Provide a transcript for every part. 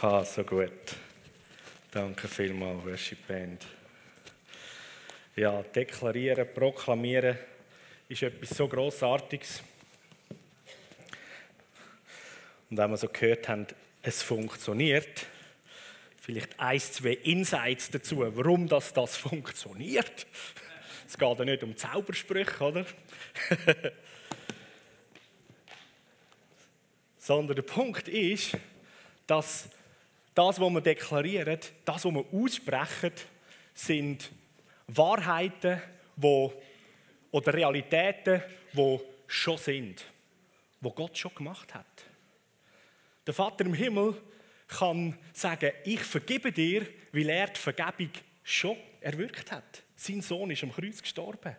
So gut. Danke vielmals, Worship Band. Ja, deklarieren, proklamieren ist etwas so Grossartiges. Und wenn wir so gehört haben, es funktioniert, vielleicht 1, 2 Insights dazu, warum das funktioniert. Es geht ja nicht um Zaubersprüche, oder? Sondern der Punkt ist, dass das, was wir deklarieren, das, was wir aussprechen, sind Wahrheiten oder Realitäten, die schon sind, die Gott schon gemacht hat. Der Vater im Himmel kann sagen, ich vergebe dir, weil er die Vergebung schon erwirkt hat. Sein Sohn ist am Kreuz gestorben.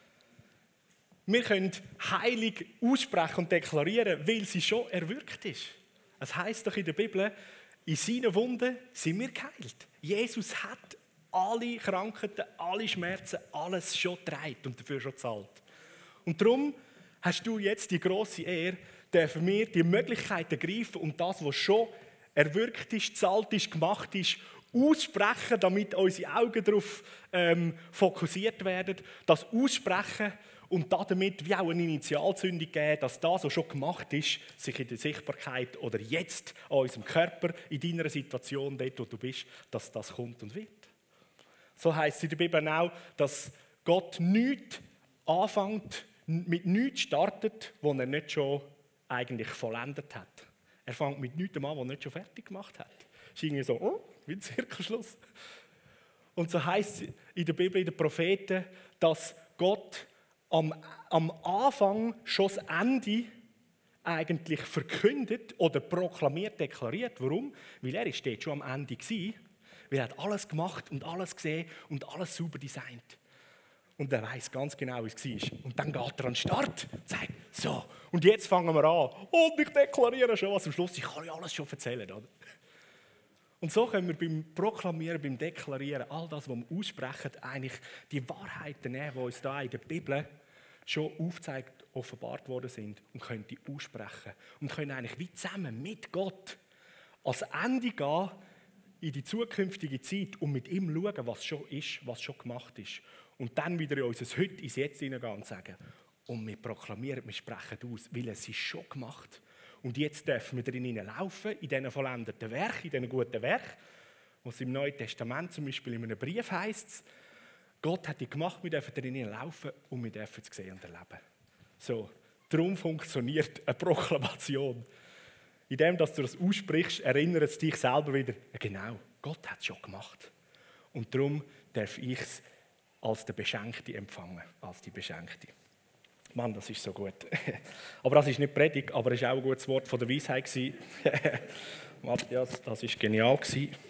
Wir können heilig aussprechen und deklarieren, weil sie schon erwirkt ist. Es heisst doch in der Bibel, in seinen Wunden sind wir geheilt. Jesus hat alle Krankheiten, alle Schmerzen, alles schon getragen und dafür schon gezahlt. Und darum hast du jetzt die grosse Ehre, dürfen wir die Möglichkeit ergreifen und das, was schon erwirkt ist, gezahlt ist, gemacht ist, aussprechen, damit unsere Augen darauf fokussiert werden, das aussprechen und damit wie auch eine Initialzündung geben, dass das, was schon gemacht ist, sich in der Sichtbarkeit oder jetzt an unserem Körper, in deiner Situation, dort wo du bist, dass das kommt und wird. So heisst es in der Bibel auch, dass Gott nichts anfängt, mit nichts startet, was er nicht schon eigentlich vollendet hat. Er fängt mit nichts an, was er nicht schon fertig gemacht hat. Das ist irgendwie so, wie ein Zirkelschluss. Und so heisst es in der Bibel, in den Propheten, dass Gott am Anfang schon das Ende eigentlich verkündet oder proklamiert, deklariert. Warum? Weil er ist dort schon am Ende war. Weil er hat alles gemacht und alles gesehen und alles sauber designt. Und er weiß ganz genau, wie es war. Und dann geht er an den Start und sagt, so, und jetzt fangen wir an. Und ich deklariere schon was am Schluss. Ich kann ja alles schon erzählen. Oder? Und so können wir beim Proklamieren, beim Deklarieren, all das, was wir aussprechen, eigentlich die Wahrheiten nehmen, die uns da in der Bibel schon aufgezeigt, offenbart worden sind und können die aussprechen. Und können eigentlich wie zusammen mit Gott ans Ende gehen in die zukünftige Zeit und mit ihm schauen, was schon ist, was schon gemacht ist. Und dann wieder in unser Heute, ins Jetzt hineingehen und sagen, und wir proklamieren, wir sprechen aus, weil es ist schon gemacht. Und jetzt dürfen wir darin laufen, in diesen vollendeten Werken, in diesen guten Werken, was im Neuen Testament zum Beispiel in einem Brief heisst, Gott hat die gemacht, wir dürfen darin laufen und wir dürfen es sehen und erleben. So, darum funktioniert eine Proklamation. Indem, dass du das aussprichst, erinnert es dich selber wieder, genau, Gott hat es schon gemacht. Und darum darf ich es als der Beschenkte empfangen, als die Beschenkte. Mann, das ist so gut. Aber das ist nicht Predigt, aber es war auch ein gutes Wort von der Weisheit. Matthias, das war genial.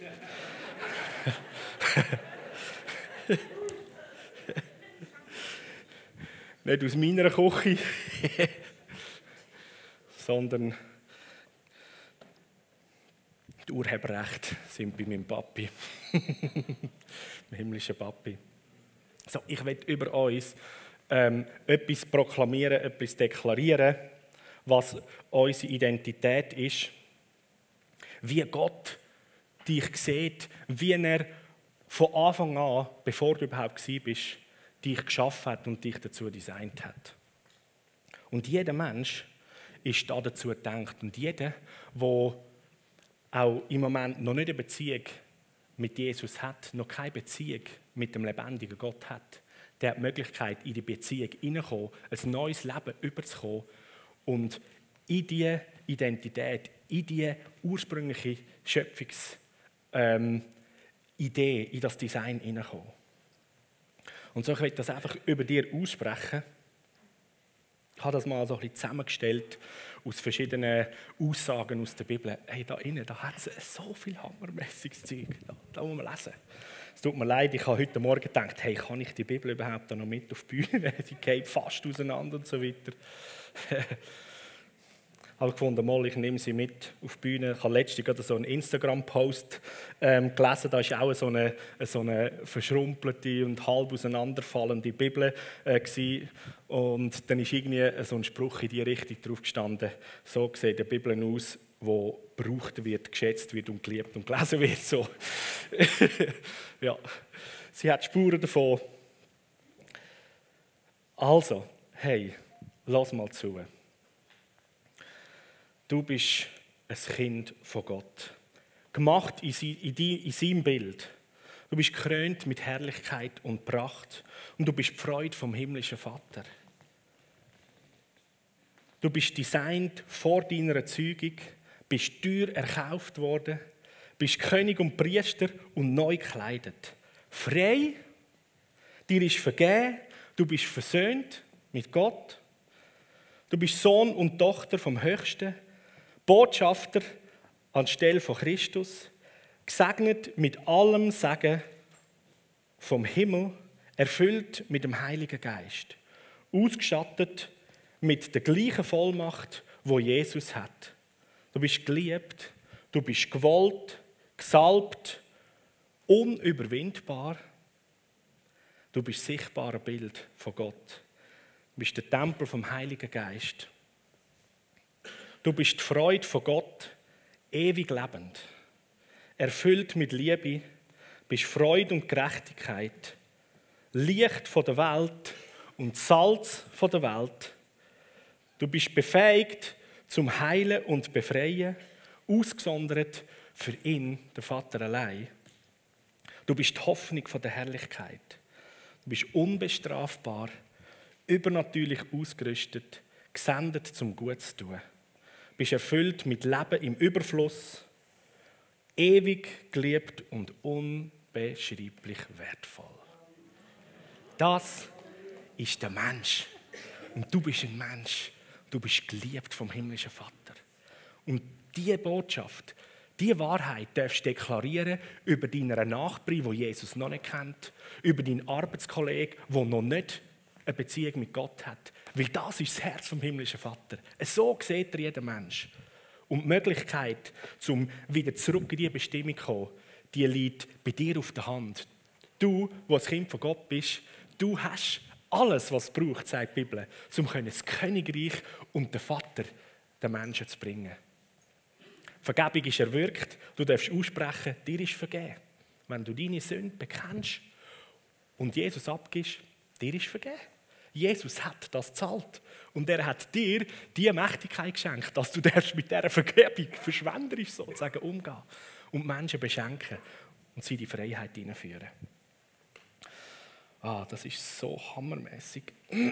Nicht aus meiner Küche, sondern die Urheberrechte sind bei meinem Papi, dem himmlischen Papi. So, ich will über uns etwas proklamieren, etwas deklarieren, was unsere Identität ist, wie Gott dich sieht, wie er von Anfang an, bevor du überhaupt warst, dich geschaffen hat und dich dazu designt hat. Und jeder Mensch ist da dazu gedacht. Und jeder, der auch im Moment noch nicht eine Beziehung mit Jesus hat, noch keine Beziehung mit dem lebendigen Gott hat, der hat die Möglichkeit, in die Beziehung hineinzukommen, ein neues Leben überzukommen und in diese Identität, in diese ursprüngliche Schöpfungsidee, in das Design hineinzukommen. Und so, ich will das einfach über dir aussprechen. Ich habe das mal so ein bisschen zusammengestellt aus verschiedenen Aussagen aus der Bibel. Hey, da innen, da hat es so viel hammermäßiges Zeug. Da muss man lesen. Es tut mir leid, ich habe heute Morgen gedacht, hey, kann ich die Bibel überhaupt noch mit auf die Bühne? Sie geht fast auseinander und so weiter. Ich habe gefunden, ich nehme sie mit auf die Bühne. Ich habe letztens gerade so einen Instagram-Post gelesen, da war auch so eine verschrumpelte und halb auseinanderfallende Bibel und dann ist irgendwie so ein Spruch in die Richtung drauf gestanden. So sieht die Bibel aus, wo gebraucht wird, geschätzt wird und geliebt und gelesen wird. So. Ja. Sie hat Spuren davon. Also, hey, lass mal zu. Du bist ein Kind von Gott, gemacht in seinem Bild. Du bist gekrönt mit Herrlichkeit und Pracht und du bist die Freude vom himmlischen Vater. Du bist designt vor deiner Erzeugung, bist teuer erkauft worden, bist König und Priester und neu gekleidet. Frei, dir ist vergeben, du bist versöhnt mit Gott. Du bist Sohn und Tochter vom Höchsten, Botschafter anstelle von Christus, gesegnet mit allem Segen vom Himmel, erfüllt mit dem Heiligen Geist, ausgestattet mit der gleichen Vollmacht, wo Jesus hat. Du bist geliebt, du bist gewollt, gesalbt, unüberwindbar. Du bist sichtbares Bild von Gott. Du bist der Tempel vom Heiligen Geist. Du bist die Freude von Gott, ewig lebend. Erfüllt mit Liebe, bist Freude und Gerechtigkeit, Licht von der Welt und Salz von der Welt. Du bist befähigt zum Heilen und Befreien, ausgesondert für ihn, der Vater allein. Du bist die Hoffnung von der Herrlichkeit. Du bist unbestrafbar, übernatürlich ausgerüstet, gesendet zum Gut zu tun. Du bist erfüllt mit Leben im Überfluss, ewig geliebt und unbeschreiblich wertvoll. Das ist der Mensch. Und du bist ein Mensch. Du bist geliebt vom himmlischen Vater. Und diese Botschaft, diese Wahrheit darfst du deklarieren über deinen Nachbarn, den Jesus noch nicht kennt, über deinen Arbeitskollegen, der noch nicht eine Beziehung mit Gott hat. Weil das ist das Herz vom himmlischen Vater. So sieht er jeden Mensch. Und die Möglichkeit, um wieder zurück in diese Bestimmung zu kommen, die liegt bei dir auf der Hand. Du, der ein Kind von Gott bist, du hast alles, was es braucht, sagt die Bibel, um das Königreich und den Vater den Menschen zu bringen. Vergebung ist erwirkt, du darfst aussprechen, dir ist vergeben. Wenn du deine Sünde bekennst und Jesus abgibst, dir ist vergeben. Jesus hat das gezahlt und er hat dir die Mächtigkeit geschenkt, dass du darfst mit dieser Vergebung verschwenderisch sozusagen umgehen und Menschen beschenken und sie in die Freiheit hineinführen. Das ist so hammermäßig.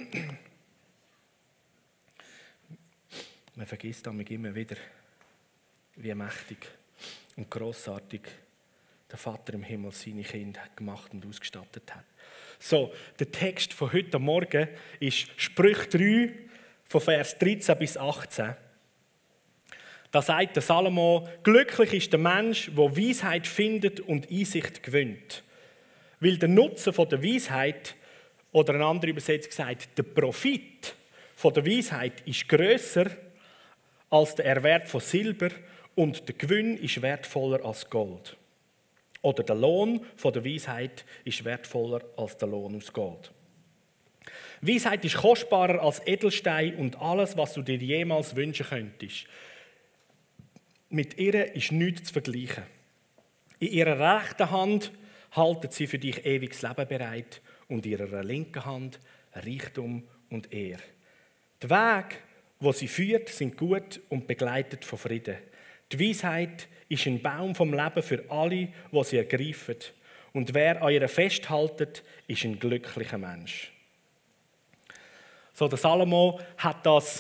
Man vergisst damit immer wieder, wie mächtig und grossartig der Vater im Himmel seine Kinder gemacht und ausgestattet hat. So, der Text von heute Morgen ist Sprüche 3, von Vers 13 bis 18. Da sagt der Salomo, glücklich ist der Mensch, der Weisheit findet und Einsicht gewinnt. Weil der Nutzen von der Weisheit, oder eine andere Übersetzung sagt, der Profit von der Weisheit ist grösser als der Erwerb von Silber und der Gewinn ist wertvoller als Gold. Oder der Lohn von der Weisheit ist wertvoller als der Lohn aus Gold. Weisheit ist kostbarer als Edelstein und alles, was du dir jemals wünschen könntest. Mit ihr ist nichts zu vergleichen. In ihrer rechten Hand halten sie für dich ewiges Leben bereit und in ihrer linken Hand Reichtum und Ehre. Die Wege, wo sie führt, sind gut und begleitet von Frieden. Die Weisheit ist ein Baum vom Leben für alle, die sie ergreifen. Und wer an ihr festhält, ist ein glücklicher Mensch. So, der Salomo hat das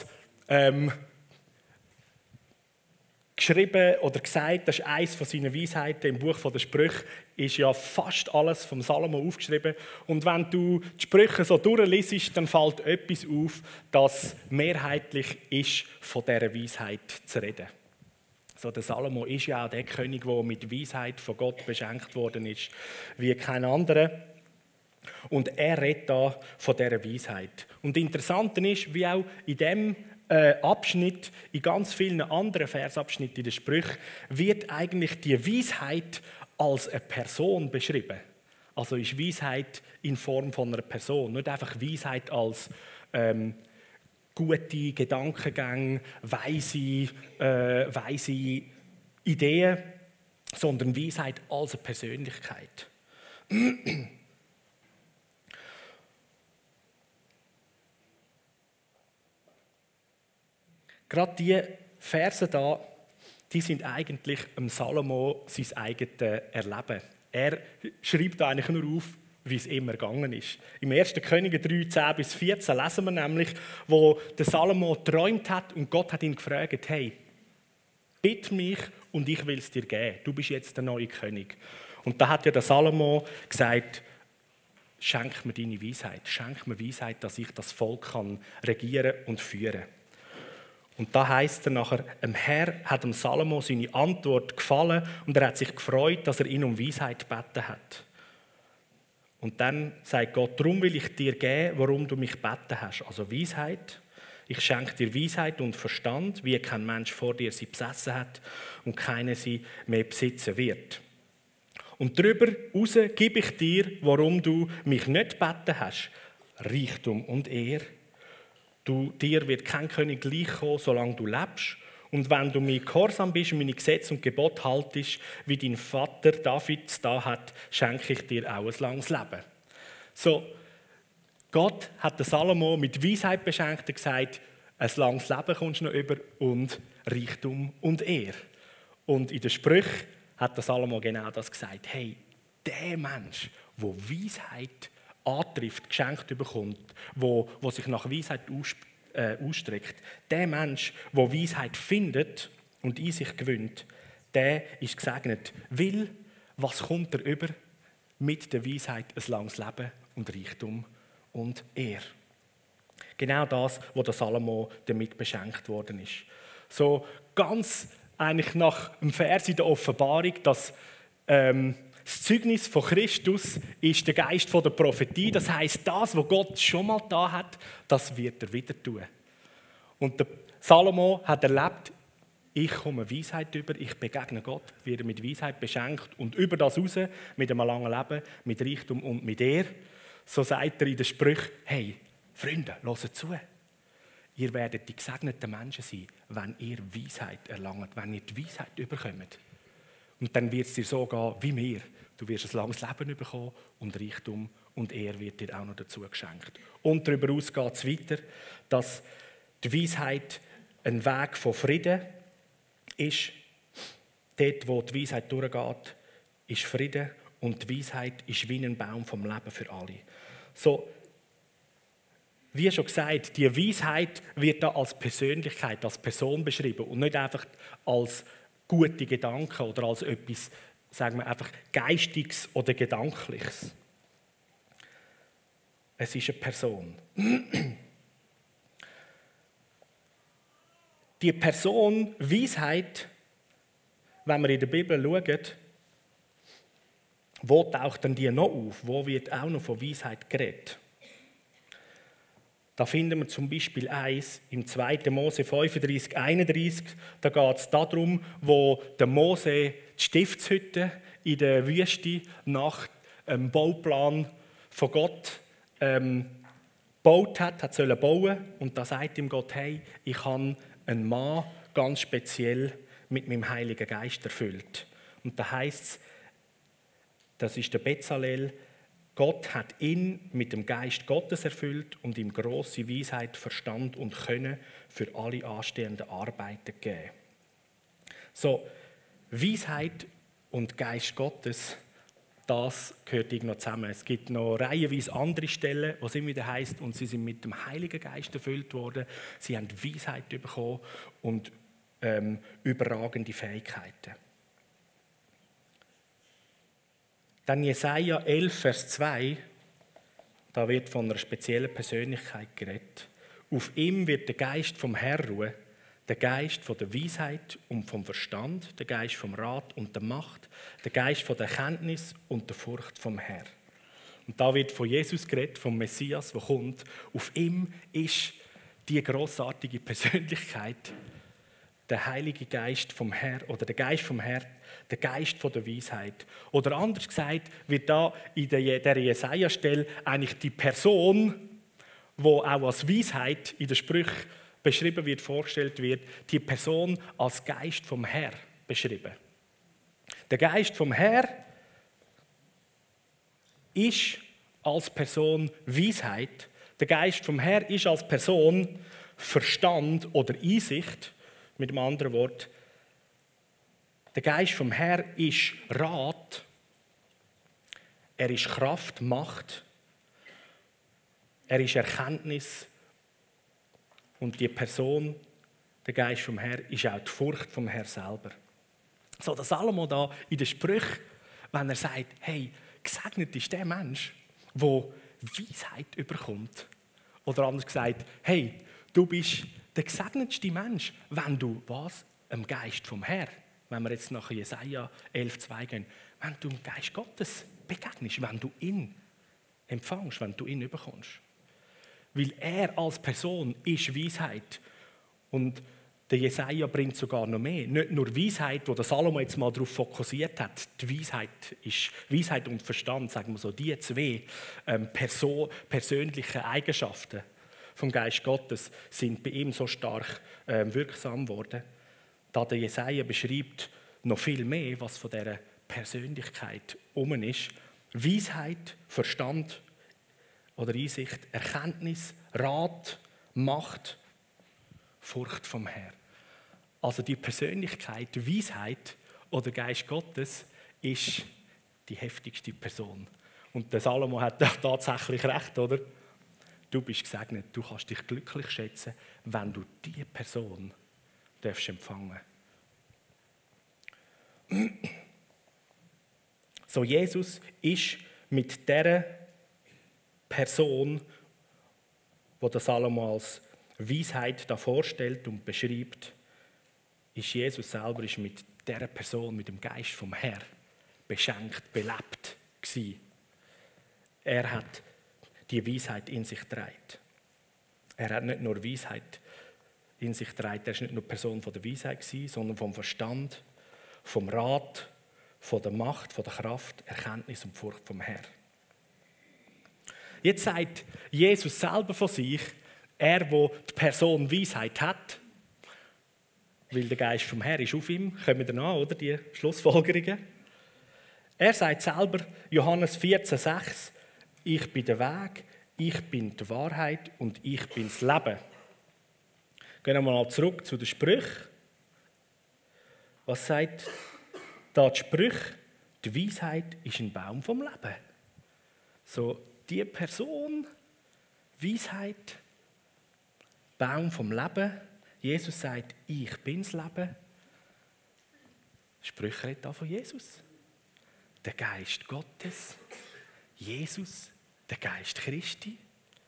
geschrieben oder gesagt, das ist eines von seinen Weisheiten im Buch der Sprüche, ist ja fast alles vom Salomo aufgeschrieben. Und wenn du die Sprüche so durchliest, dann fällt etwas auf, das mehrheitlich ist, von dieser Weisheit zu reden. So, der Salomo ist ja auch der König, der mit Weisheit von Gott beschenkt worden ist, wie kein anderer. Und er redet da von dieser Weisheit. Und das Interessante ist, wie auch in diesem Abschnitt, in ganz vielen anderen Versabschnitten in den Sprüchen, wird eigentlich die Weisheit als eine Person beschrieben. Also ist Weisheit in Form von einer Person, nicht einfach Weisheit als gute Gedankengänge, weise Ideen, sondern Weisheit als eine Persönlichkeit. Gerade diese Verse da, die sind eigentlich dem Salomo sein eigenes Erleben. Er schreibt eigentlich nur auf, wie es immer gegangen ist. Im 1. Könige 3, 10 bis 14 lesen wir nämlich, wo der Salomo geträumt hat und Gott hat ihn gefragt, hey, bitte mich und ich will es dir geben. Du bist jetzt der neue König. Und da hat ja der Salomo gesagt, schenk mir deine Weisheit. Schenk mir Weisheit, dass ich das Volk kann regieren und führen. Und da heisst er nachher, dem Herr hat dem Salomo seine Antwort gefallen und er hat sich gefreut, dass er ihn um Weisheit gebeten hat. Und dann sagt Gott, darum will ich dir geben, warum du mich gebeten hast. Also Weisheit. Ich schenke dir Weisheit und Verstand, wie kein Mensch vor dir sie besessen hat und keiner sie mehr besitzen wird. Und darüber hinaus gebe ich dir, warum du mich nicht gebeten hast, Reichtum und Ehre. Dir wird kein König gleichkommen, solange du lebst. Und wenn du mir gehorsam bist und meine Gesetze und Gebote haltest, wie dein Vater David es da hat, schenke ich dir auch ein langes Leben. So, Gott hat den Salomo mit Weisheit beschenkt und gesagt, ein langes Leben kommst du noch über und Reichtum und Ehre. Und in den Sprüchen hat der Salomo genau das gesagt. Hey, der Mensch, der Weisheit antrifft, geschenkt bekommt, wo sich nach Weisheit ausstreckt, der Mensch, der Weisheit findet und in sich gewinnt, der ist gesegnet. Weil, was kommt er über? Mit der Weisheit ein langes Leben und Reichtum und Ehre. Genau das, was der Salomo damit beschenkt worden ist. So ganz eigentlich nach dem Vers in der Offenbarung, dass das Zeugnis von Christus ist der Geist der Prophetie. Das heisst, das, was Gott schon mal da hat, das wird er wieder tun. Und der Salomo hat erlebt, ich komme Weisheit über, ich begegne Gott, werde mit Weisheit beschenkt und über das raus, mit einem langen Leben, mit Reichtum und mit Ehre. So sagt er in den Sprüchen, hey, Freunde, hört zu. Ihr werdet die gesegneten Menschen sein, wenn ihr Weisheit erlangt, wenn ihr die Weisheit überkommt. Und dann wird es dir so gehen wie mir. Du wirst ein langes Leben bekommen und Reichtum und Ehre wird dir auch noch dazu geschenkt. Und darüber hinaus geht es weiter, dass die Weisheit ein Weg von Frieden ist. Dort, wo die Weisheit durchgeht, ist Frieden und die Weisheit ist wie ein Baum vom Leben für alle. So, wie schon gesagt, die Weisheit wird da als Persönlichkeit, als Person beschrieben und nicht einfach als gute Gedanken oder als etwas, sagen wir einfach Geistiges oder Gedankliches. Es ist eine Person. Die Person Weisheit, wenn wir in der Bibel schauen, wo taucht denn die noch auf? Wo wird auch noch von Weisheit geredet? Da finden wir zum Beispiel eins im 2. Mose 35, 31. Da geht es darum, wo der Mose die Stiftshütte in der Wüste nach dem Bauplan von Gott gebaut hat sollen bauen. Und da sagt ihm Gott, hey, ich habe einen Mann ganz speziell mit meinem Heiligen Geist erfüllt. Und da heißt es, das ist der Bezalel, Gott hat ihn mit dem Geist Gottes erfüllt und ihm grosse Weisheit, Verstand und Können für alle anstehenden Arbeiten gegeben. So, Weisheit und Geist Gottes, das gehört irgendwo zusammen. Es gibt noch reihenweise andere Stellen, wo es immer wieder heisst, und sie sind mit dem Heiligen Geist erfüllt worden. Sie haben Weisheit bekommen und überragende Fähigkeiten. Dann Jesaja 11, Vers 2, da wird von einer speziellen Persönlichkeit geredet. Auf ihm wird der Geist vom Herrn ruhen, der Geist von der Weisheit und vom Verstand, der Geist vom Rat und der Macht, der Geist von der Erkenntnis und der Furcht vom Herrn. Und da wird von Jesus geredet, vom Messias, der kommt. Auf ihm ist die grossartige Persönlichkeit, der Heilige Geist vom Herrn oder der Geist vom Herrn, der Geist von der Weisheit. Oder anders gesagt, wird da in der Jesaja-Stelle eigentlich die Person, wo auch als Weisheit in den Sprüchen beschrieben wird, vorgestellt wird, die Person als Geist vom Herr beschrieben. Der Geist vom Herr ist als Person Weisheit. Der Geist vom Herr ist als Person Verstand oder Einsicht. Mit einem anderen Wort, der Geist vom Herr ist Rat, er ist Kraft, Macht, er ist Erkenntnis und die Person, der Geist vom Herr, ist auch die Furcht vom Herr selber. So, der Salomo da in den Sprüchen, wenn er sagt, hey, gesegnet ist der Mensch, der Weisheit überkommt. Oder anders gesagt, hey, du bist der gesegnetste Mensch, wenn du was? Im Geist vom Herr. Wenn wir jetzt nach Jesaja 11,2 gehen, wenn du im Geist Gottes begegnest, wenn du ihn empfängst, wenn du ihn überkommst. Weil er als Person ist Weisheit. Und der Jesaja bringt sogar noch mehr. Nicht nur Weisheit, wo der Salomo jetzt mal darauf fokussiert hat. Die Weisheit ist Weisheit und Verstand, sagen wir so, die zwei persönliche Eigenschaften vom Geist Gottes sind bei ihm so stark wirksam geworden. Da der Jesaja beschreibt noch viel mehr, was von dieser Persönlichkeit um ist. Weisheit, Verstand oder Einsicht, Erkenntnis, Rat, Macht, Furcht vom Herrn. Also die Persönlichkeit, die Weisheit oder Geist Gottes ist die heftigste Person. Und der Salomo hat tatsächlich recht, oder? Du bist gesegnet, du kannst dich glücklich schätzen, wenn du diese Person darfst empfangen. So, Jesus ist mit dieser Person, die der Salomo als Weisheit da vorstellt und beschreibt, ist Jesus selber ist mit dieser Person, mit dem Geist vom Herrn, beschenkt, belebt gewesen. Er hat die Weisheit in sich getragen. Er hat nicht nur Weisheit in sich getragen, er war nicht nur Person von der Weisheit gewesen, sondern vom Verstand, vom Rat, von der Macht, von der Kraft, Erkenntnis und Furcht vom Herrn. Jetzt sagt Jesus selber von sich, er, der die Person Weisheit hat, weil der Geist vom Herrn ist auf ihm, kommen wir nach, oder, die Schlussfolgerungen. Er sagt selber, Johannes 14,6, ich bin der Weg, ich bin die Wahrheit und ich bin das Leben. Gehen wir mal zurück zu den Sprüchen. Was sagt da die Sprüche? Die Weisheit ist ein Baum vom Leben. So, die Person, Weisheit, Baum vom Leben. Jesus sagt, ich bin das Leben. Sprüche redet da von Jesus. Der Geist Gottes, Jesus, der Geist Christi.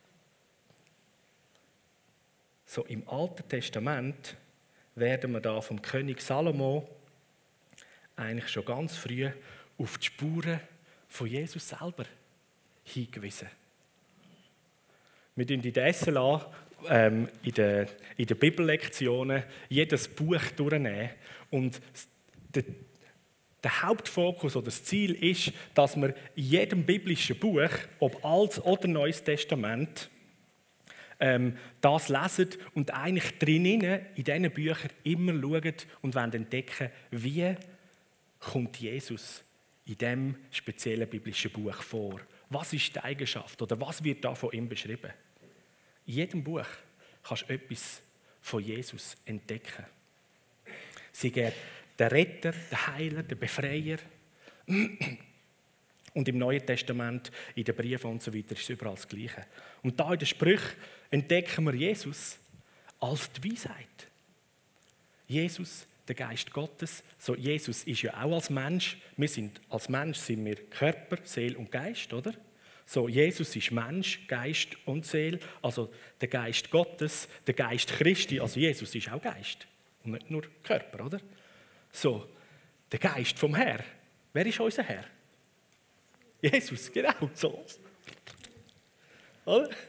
So im Alten Testament werden wir da vom König Salomo eigentlich schon ganz früh auf die Spuren von Jesus selber hingewiesen. Wir nehmen in der SLA, in den Bibellektionen, jedes Buch durchnehmen. Und der Hauptfokus oder das Ziel ist, dass wir in jedem biblischen Buch, ob Altes oder Neues Testament, das lesen und eigentlich drinnen in diesen Büchern immer schauen und wollen entdecken, wie kommt Jesus in diesem speziellen biblischen Buch vor. Was ist die Eigenschaft oder was wird da von ihm beschrieben? In jedem Buch kannst du etwas von Jesus entdecken. Sei er der Retter, der Heiler, der Befreier. Und im Neuen Testament, in den Briefen und so weiter, ist es überall das Gleiche. Und da in den Sprüchen entdecken wir Jesus als die Weisheit. Jesus, der Geist Gottes. So, Jesus ist ja auch als Mensch. Als Mensch sind wir Körper, Seele und Geist, oder? So, Jesus ist Mensch, Geist und Seele. Also der Geist Gottes, der Geist Christi. Also Jesus ist auch Geist und nicht nur Körper, oder? So, der Geist vom Herr. Wer ist unser Herr? Jesus, genau so. Oder?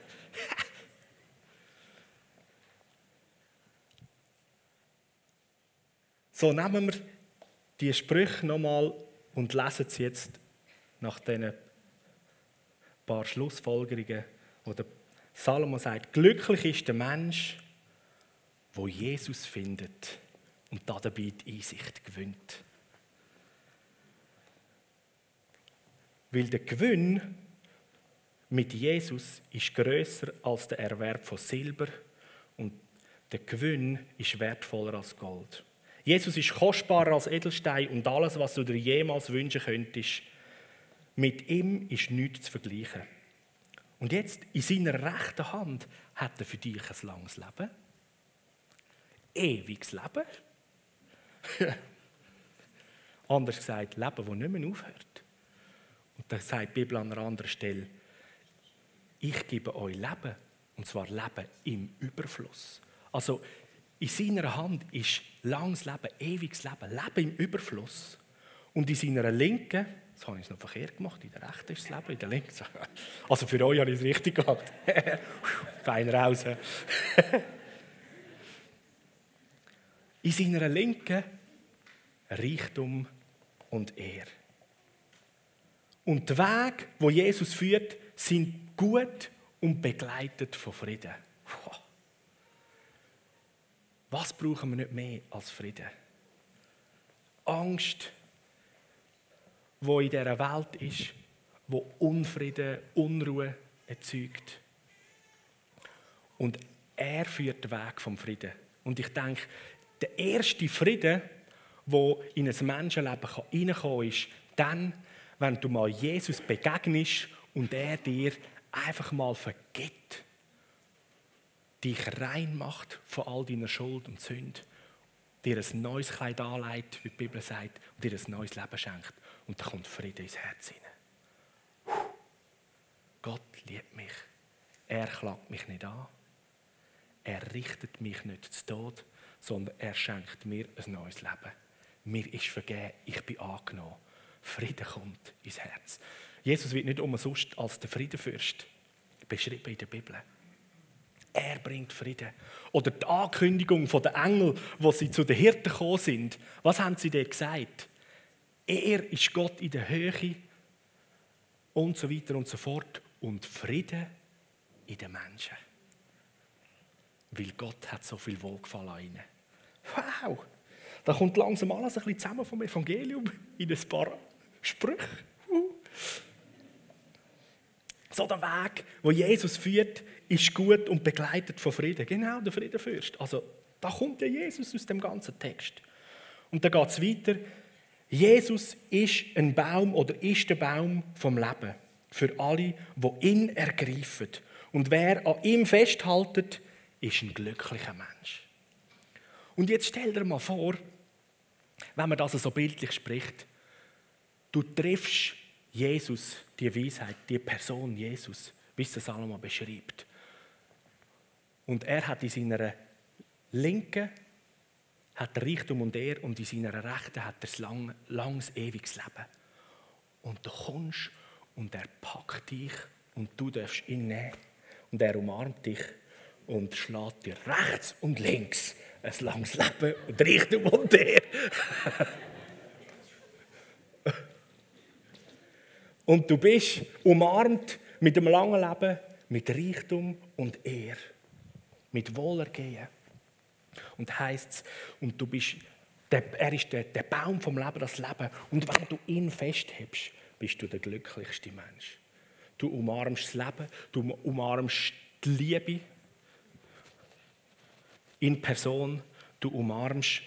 So, nehmen wir die Sprüche nochmal und lesen sie jetzt nach diesen paar Schlussfolgerungen, die der Salomo sagt, glücklich ist der Mensch, wo Jesus findet und dabei die Einsicht gewinnt. Weil der Gewinn mit Jesus ist grösser als der Erwerb von Silber und der Gewinn ist wertvoller als Gold. Jesus ist kostbarer als Edelstein und alles, was du dir jemals wünschen könntest, mit ihm ist nichts zu vergleichen. Und jetzt, in seiner rechten Hand, hat er für dich ein langes Leben. Ewiges Leben. Anders gesagt, Leben, das nicht mehr aufhört. Und da sagt die Bibel an einer anderen Stelle, ich gebe euch Leben, und zwar Leben im Überfluss. Also in seiner Hand ist langes Leben, ewiges Leben, Leben im Überfluss. Und in seiner Linken, das habe ich noch verkehrt gemacht, in der rechten ist das Leben, in der linken. Also für euch habe ich es richtig gemacht. Fein raus. In seiner Linken Reichtum und Ehre. Und die Wege, wo Jesus führt, sind gut und begleitet von Frieden. Was brauchen wir nicht mehr als Frieden? Angst, wo in dieser Welt ist, wo Unfrieden, Unruhe erzeugt. Und er führt den Weg vom Frieden. Und ich denke, der erste Frieden, der in ein Menschenleben reinkommen kann, ist dann, wenn du mal Jesus begegnest und er dir einfach mal vergibt, dich rein macht von all deiner Schuld und Sünde, dir ein neues Kleid anlegt, wie die Bibel sagt, und dir ein neues Leben schenkt. Und da kommt Frieden ins Herz hinein. Gott liebt mich. Er klagt mich nicht an. Er richtet mich nicht zu Tod, sondern er schenkt mir ein neues Leben. Mir ist vergeben, ich bin angenommen. Frieden kommt ins Herz. Jesus wird nicht umsonst als der Friedenfürst beschrieben in der Bibel. Er bringt Frieden. Oder die Ankündigung der Engel, wo sie zu den Hirten gekommen sind. Was haben sie dort gesagt? Er ist Gott in der Höhe und so weiter und so fort. Und Frieden in den Menschen. Weil Gott hat so viel Wohlgefallen an ihnen. Wow! Da kommt langsam alles ein bisschen zusammen vom Evangelium in ein paar Sprüche. So der Weg, wo Jesus führt, ist gut und begleitet von Frieden. Genau, der Friedenfürst. Also, da kommt ja Jesus aus dem ganzen Text. Und dann geht es weiter. Jesus ist ein Baum oder ist der Baum vom Leben für alle, die ihn ergreifen. Und wer an ihm festhält, ist ein glücklicher Mensch. Und jetzt stell dir mal vor, wenn man das so bildlich spricht, du triffst Jesus, die Weisheit, die Person Jesus, wie es der Salomo beschreibt. Und er hat in seiner Linken hat Reichtum und Ehre und in seiner Rechten hat er ein langes, ewiges Leben. Und du kommst und er packt dich und du darfst ihn nehmen. Und er umarmt dich und schlägt dir rechts und links ein langes Leben und Reichtum und Ehre. Und du bist umarmt mit einem langen Leben, mit Reichtum und Ehre, mit Wohlergehen. Und heisst, und du bist, er ist der Baum vom Leben, das Leben. Und wenn du ihn festhebst, bist du der glücklichste Mensch. Du umarmst das Leben, du umarmst die Liebe in Person, du umarmst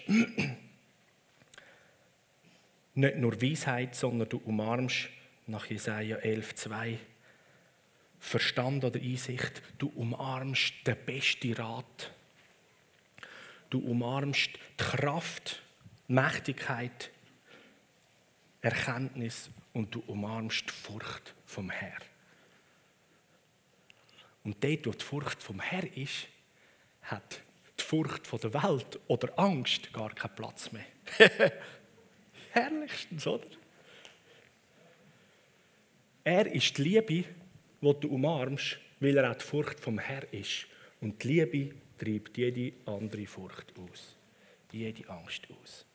nicht nur Weisheit, sondern du umarmst nach Jesaja 11,2 Verstand oder Einsicht. Du umarmst den besten Rat. Du umarmst die Kraft, die Mächtigkeit, Erkenntnis und du umarmst die Furcht vom Herrn. Und dort, wo die Furcht vom Herrn ist, hat die Furcht von der Welt oder Angst gar keinen Platz mehr. Herrlichstens, oder? Er ist die Liebe, die du umarmst, weil er auch die Furcht vom Herrn ist. Und die Liebe treibt jede andere Furcht aus. Jede Angst aus.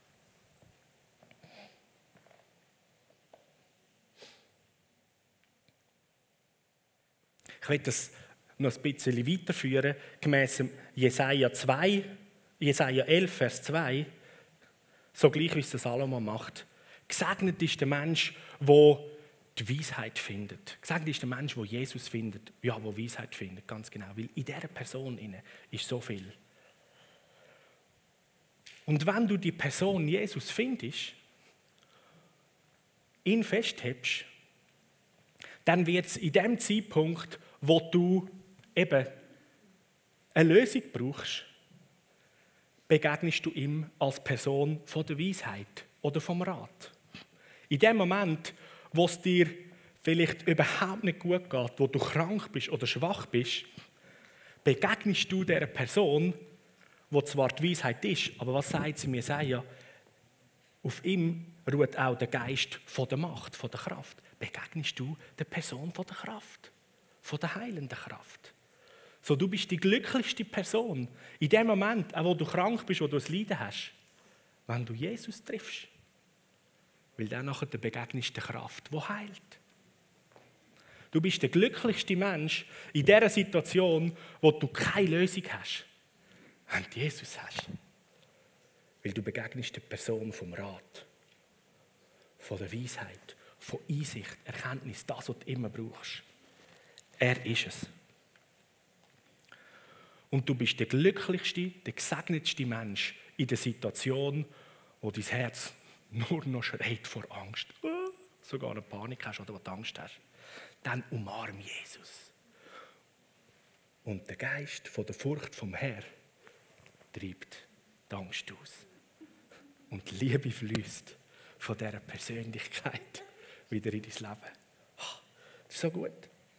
Ich will das noch ein bisschen weiterführen, gemäss Jesaja 11, Vers 2, so gleich wie es der Salomo macht. Gesegnet ist der Mensch, der die Weisheit findet. Gesegnet ist der Mensch, der Jesus findet. Ja, der Weisheit findet, ganz genau. Weil in dieser Person ist so viel. Und wenn du die Person Jesus findest, ihn festhebst, dann wird es in dem Zeitpunkt, wo du eben eine Lösung brauchst, begegnest du ihm als Person von der Weisheit oder vom Rat. In dem Moment, wo es dir vielleicht überhaupt nicht gut geht, wo du krank bist oder schwach bist, begegnest du dieser Person, wo zwar die Weisheit ist, aber was sagt sie mir? Jesaja? Auf ihm ruht auch der Geist von der Macht, von der Kraft. Begegnest du der Person von der Kraft, von der heilenden Kraft. So, du bist die glücklichste Person in dem Moment, auch wo du krank bist, wo du ein Leiden hast, wenn du Jesus triffst. Weil dann nachher begegnest der Kraft, die heilt. Du bist der glücklichste Mensch in dieser Situation, wo du keine Lösung hast, wenn du Jesus hast. Weil du begegnest der Person vom Rat, von der Weisheit, von Einsicht, Erkenntnis, das, was du immer brauchst. Er ist es. Und du bist der glücklichste, der gesegnetste Mensch in der Situation, wo dein Herz nur noch schreit vor Angst, sogar eine Panik hast oder wo du Angst hast. Dann umarm Jesus. Und der Geist von der Furcht vom Herrn treibt die Angst aus. Und die Liebe fließt von dieser Persönlichkeit wieder in dein Leben. Das ist so gut.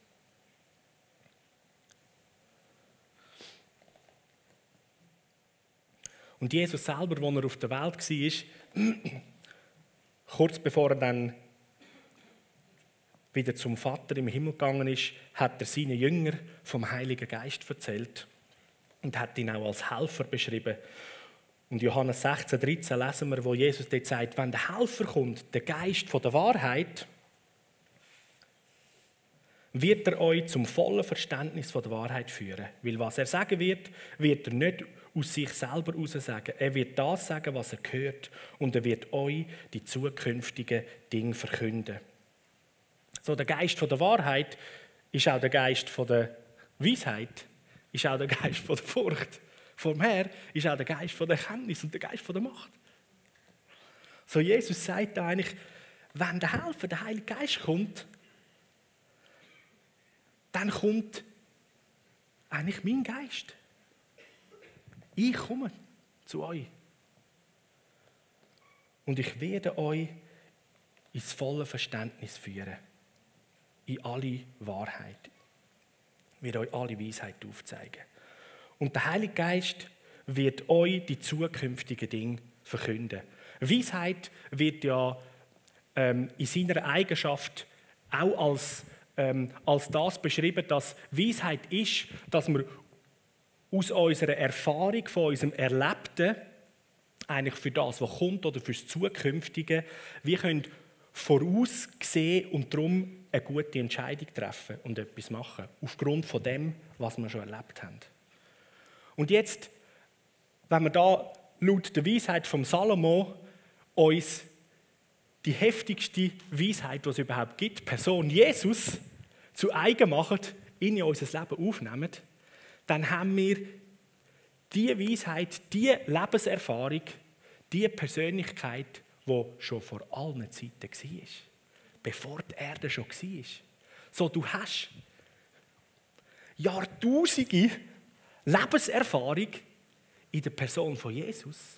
Und Jesus selber, als er auf der Welt war, kurz bevor er dann wieder zum Vater im Himmel gegangen ist, hat er seinen Jüngern vom Heiligen Geist erzählt und hat ihn auch als Helfer beschrieben. Und Johannes 16,13 lesen wir, wo Jesus dort sagt, wenn der Helfer kommt, der Geist von der Wahrheit, wird er euch zum vollen Verständnis von der Wahrheit führen. Weil was er sagen wird, wird er nicht aus sich selber heraus sagen. Er wird das sagen, was er hört, und er wird euch die zukünftigen Dinge verkünden. So, der Geist von der Wahrheit ist auch der Geist von der Weisheit, ist auch der Geist von der Furcht. Vom Herrn ist auch der Geist von der Erkenntnis und der Geist von der Macht. So, Jesus sagt da eigentlich, wenn der Helfer, der Heilige Geist kommt, dann kommt eigentlich mein Geist. Ich komme zu euch. Und ich werde euch ins volle Verständnis führen. In alle Wahrheit. Ich werde euch alle Weisheit aufzeigen. Und der Heilige Geist wird euch die zukünftigen Dinge verkünden. Weisheit wird ja in seiner Eigenschaft auch als das beschrieben, dass Weisheit ist, dass wir aus unserer Erfahrung, von unserem Erlebten, eigentlich für das, was kommt oder für das Zukünftige, wir können voraussehen und darum eine gute Entscheidung treffen und etwas machen, aufgrund von dem, was wir schon erlebt haben. Und jetzt, wenn wir da laut der Weisheit vom Salomo uns die heftigste Weisheit, die es überhaupt gibt, Person Jesus, zu eigen machen, ihn in unser Leben aufnehmen, dann haben wir diese Weisheit, diese Lebenserfahrung, diese Persönlichkeit, die schon vor allen Zeiten war, bevor die Erde schon war. So, du hast jahrtausende Lebenserfahrung in der Person von Jesus,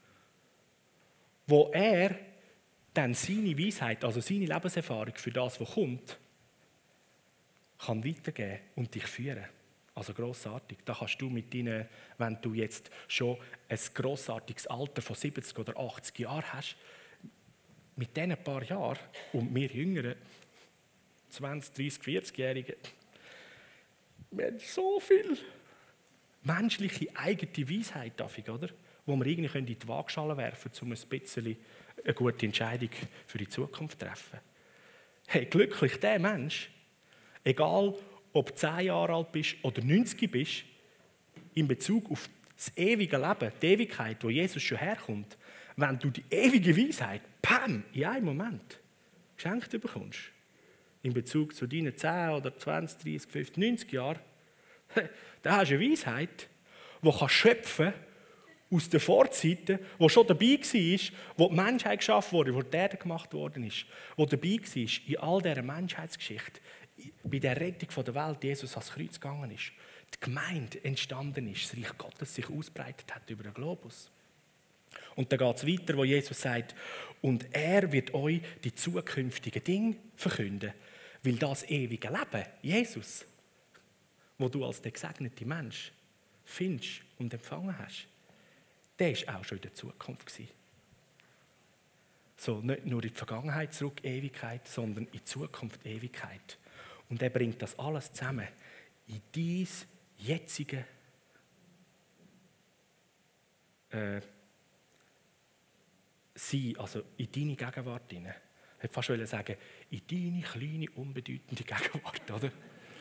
wo er dann seine Weisheit, also seine Lebenserfahrung für das, was kommt, kann weitergeben und dich führen. Also grossartig. Da kannst du mit deinen, wenn du jetzt schon ein grossartiges Alter von 70 oder 80 Jahren hast, mit diesen paar Jahren und wir Jüngeren, 20, 30, 40-Jährigen, wir haben so viel menschliche eigene Weisheit, oder? Wo wir irgendwie in die Waagschale werfen können, um ein bisschen eine gute Entscheidung für die Zukunft zu treffen. Hey, glücklich der Mensch, egal ob du 10 Jahre alt bist oder 90 bist, in Bezug auf das ewige Leben, die Ewigkeit, wo Jesus schon herkommt, wenn du die ewige Weisheit, bam, in einem Moment geschenkt bekommst, in Bezug zu deinen 10 oder 20, 30, 50, 90 Jahren, dann hast du eine Weisheit, die kannst schöpfen aus den Vorzeiten, wo schon dabei war, wo die Menschheit geschaffen wurde, wo die Erde gemacht worden ist, wo dabei war in all dieser Menschheitsgeschichte, bei der Rettung der Welt, Jesus ans Kreuz gegangen ist, die Gemeinde entstanden ist, das Reich Gottes sich ausbreitet hat über den Globus. Und dann geht es weiter, wo Jesus sagt, und er wird euch die zukünftigen Dinge verkünden, weil das ewige Leben, Jesus, wo du als der gesegnete Mensch findest und empfangen hast, der war auch schon in der Zukunft. So, nicht nur in die Vergangenheit zurück, Ewigkeit, sondern in die Zukunft, Ewigkeit. Und er bringt das alles zusammen in dein jetzige Sein, also in deine Gegenwart hinein. Ich hätte fast sagen, in deine kleine, unbedeutende Gegenwart, oder?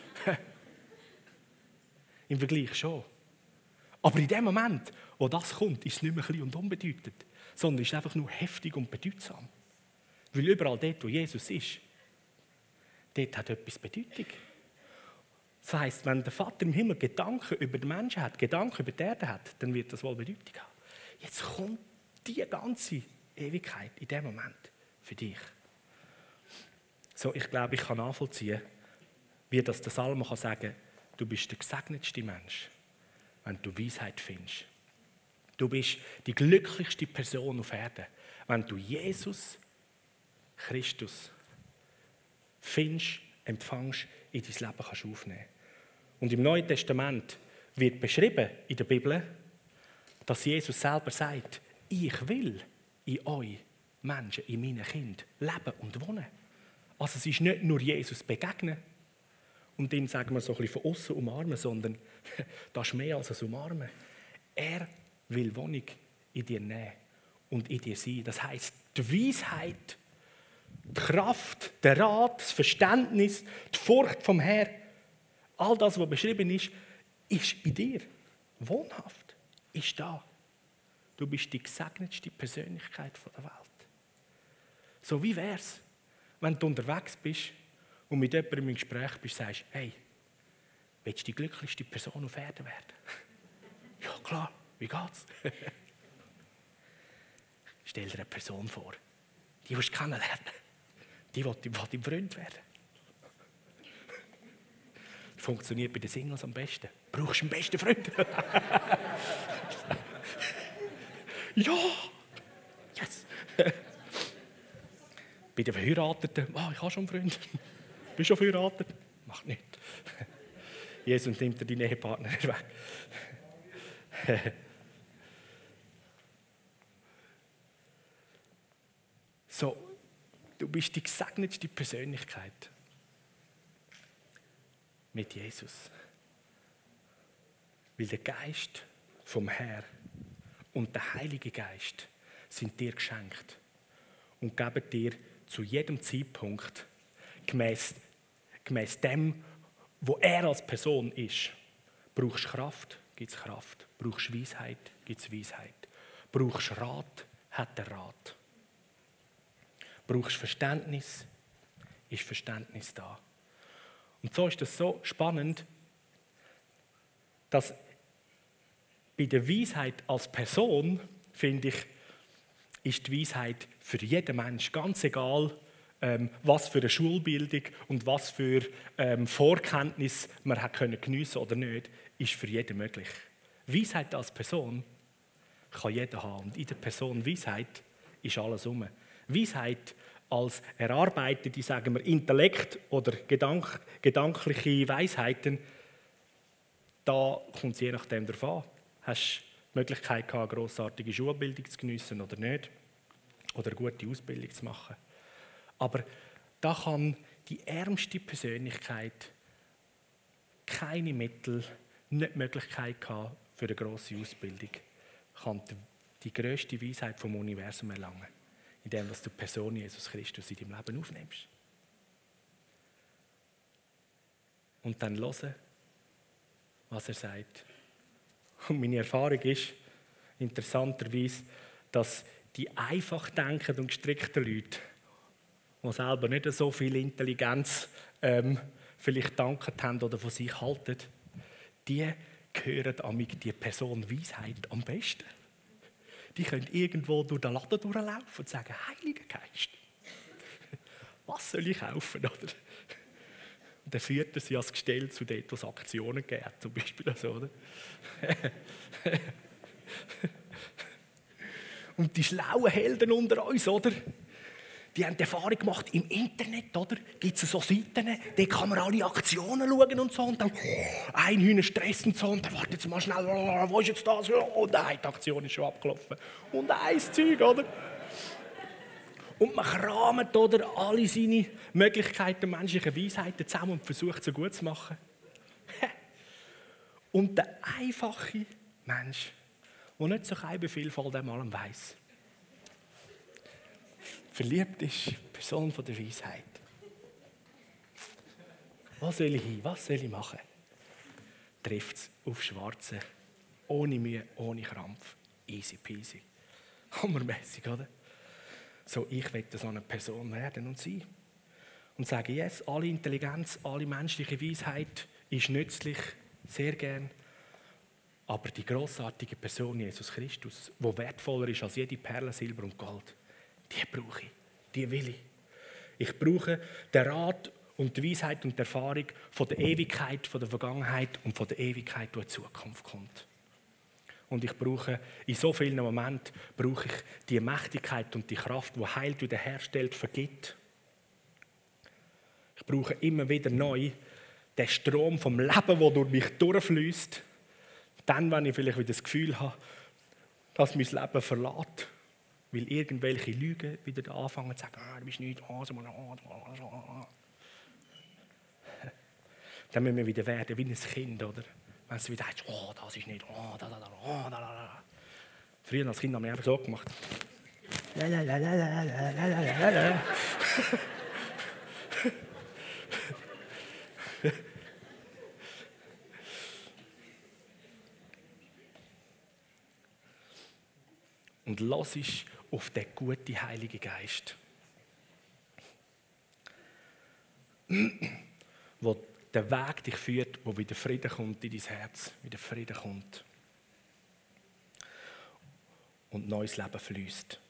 Im Vergleich schon. Aber in dem Moment, wo das kommt, ist es nicht mehr klein und unbedeutend, sondern ist einfach nur heftig und bedeutsam. Weil überall dort, wo Jesus ist, dort hat etwas Bedeutung. Das heisst, wenn der Vater im Himmel Gedanken über den Menschen hat, Gedanken über die Erde hat, dann wird das wohl Bedeutung haben. Jetzt kommt die ganze Ewigkeit in dem Moment für dich. So, ich glaube, ich kann nachvollziehen, wie das der Salomo kann sagen, du bist der gesegnetste Mensch, wenn du Weisheit findest. Du bist die glücklichste Person auf Erden, wenn du Jesus Christus findest, empfängst, in dein Leben kannst aufnehmen. Und im Neuen Testament wird beschrieben in der Bibel, dass Jesus selber sagt, ich will in euch Menschen, in meinen Kindern leben und wohnen. Also es ist nicht nur Jesus begegnen und ihm sagen wir so ein bisschen von außen umarmen, sondern das ist mehr als ein Umarmen. Er will Wohnung in dir nehmen und in dir sein. Das heisst, die Weisheit, die Kraft, der Rat, das Verständnis, die Furcht vom Herrn, all das, was beschrieben ist in dir. Wohnhaft ist da. Du bist die gesegnetste Persönlichkeit der Welt. So, wie wär's, wenn du unterwegs bist und mit jemandem im Gespräch bist, sagst, hey, willst du die glücklichste Person auf Erden werden? Ja, klar, wie geht's? Stell dir eine Person vor, die willst du kennenlernen. Die will dein Freund werden. Funktioniert bei den Singles am besten. Brauchst du einen besten Freund? Ja! Yes! Bei den Verheirateten, ich habe schon einen Freund. Bist schon verheiratet? Macht nicht. Jesus nimmt dir deinen Ehepartner weg. So, du bist die gesegnetste Persönlichkeit mit Jesus. Weil der Geist vom Herrn und der Heilige Geist sind dir geschenkt und geben dir zu jedem Zeitpunkt gemäß dem, wo er als Person ist. Brauchst du Kraft, gibt es Kraft. Brauchst du Weisheit, gibt es Weisheit. Brauchst du Rat, hat er Rat. Brauchst du Verständnis, ist Verständnis da. Und so ist es so spannend, dass bei der Weisheit als Person, finde ich, ist die Weisheit für jeden Mensch, ganz egal, was für eine Schulbildung und was für Vorkenntnis man hat können geniessen oder nicht, ist für jeden möglich. Weisheit als Person kann jeder haben. Und in der Person Weisheit ist alles rum. Weisheit als erarbeitete, sagen wir, Intellekt oder gedankliche Weisheiten, da kommt es je nachdem darauf an. Hast du die Möglichkeit gehabt, eine grossartige Schulbildung zu geniessen oder nicht? Oder eine gute Ausbildung zu machen? Aber da kann die ärmste Persönlichkeit keine Mittel, nicht die Möglichkeit gehabt für eine grosse Ausbildung, kann die grösste Weisheit vom Universum erlangen, indem du die Person Jesus Christus in deinem Leben aufnimmst. und dann hören, was er sagt. Und meine Erfahrung ist, interessanterweise, dass die einfach denkenden und gestrickten Leute, die selber nicht so viel Intelligenz vielleicht gedankt haben oder von sich halten, die hören amig die Person Weisheit am besten. Die können irgendwo durch den Laden durchlaufen und sagen, Heiliger Geist, was soll ich kaufen? Oder? Und dann führt er sie als Gestell zu dort, wo es Aktionen gibt, zum Beispiel. So, oder? Und die schlauen Helden unter uns, oder? Die haben die Erfahrung gemacht, im Internet, oder? Gibt es so Seiten, da kann man alle Aktionen schauen und so. Und dann ein Hühner Stress und so. Und dann wartet mal schnell, wo ist jetzt das? Oh nein, die Aktion ist schon abgelaufen. Und ein Zeug, oder? Und man kramt, oder, alle seine Möglichkeiten, menschliche Weisheiten zusammen und versucht, so gut zu machen. Und der einfache Mensch, der nicht so keine Vielfalt einmal weiss, verliebt ist, die Person der Weisheit. Was soll ich hin? Was soll ich machen? Trifft es auf Schwarze. Ohne Mühe, ohne Krampf. Easy peasy. Hammermässig, oder? So, ich will so eine Person werden und sein. Und sagen, yes, alle Intelligenz, alle menschliche Weisheit ist nützlich, sehr gern. Aber die grossartige Person Jesus Christus, die wertvoller ist als jede Perle, Silber und Gold, die brauche ich, die will ich. Ich brauche den Rat und die Weisheit und die Erfahrung von der Ewigkeit, von der Vergangenheit und von der Ewigkeit, die in die Zukunft kommt. Und ich brauche, in so vielen Momenten brauche ich die Mächtigkeit und die Kraft, die heilt, wiederherstellt, vergibt. Ich brauche immer wieder neu den Strom vom Leben, der durch mich durchfließt. Dann, wenn ich vielleicht wieder das Gefühl habe, dass mein Leben verlässt, weil irgendwelche Lügen wieder da anfangen zu sagen, du bist nicht, dann müssen wir wieder werden wie ein Kind, oder? Wenn es wieder heißt, oh, das ist nicht, oh, da. Früher als Kind haben wir einfach so gemacht. Und lass ist auf den guten Heiligen Geist, wo der Weg dich führt, wo wieder Frieden kommt in dein Herz, wieder Frieden kommt und neues Leben fließt.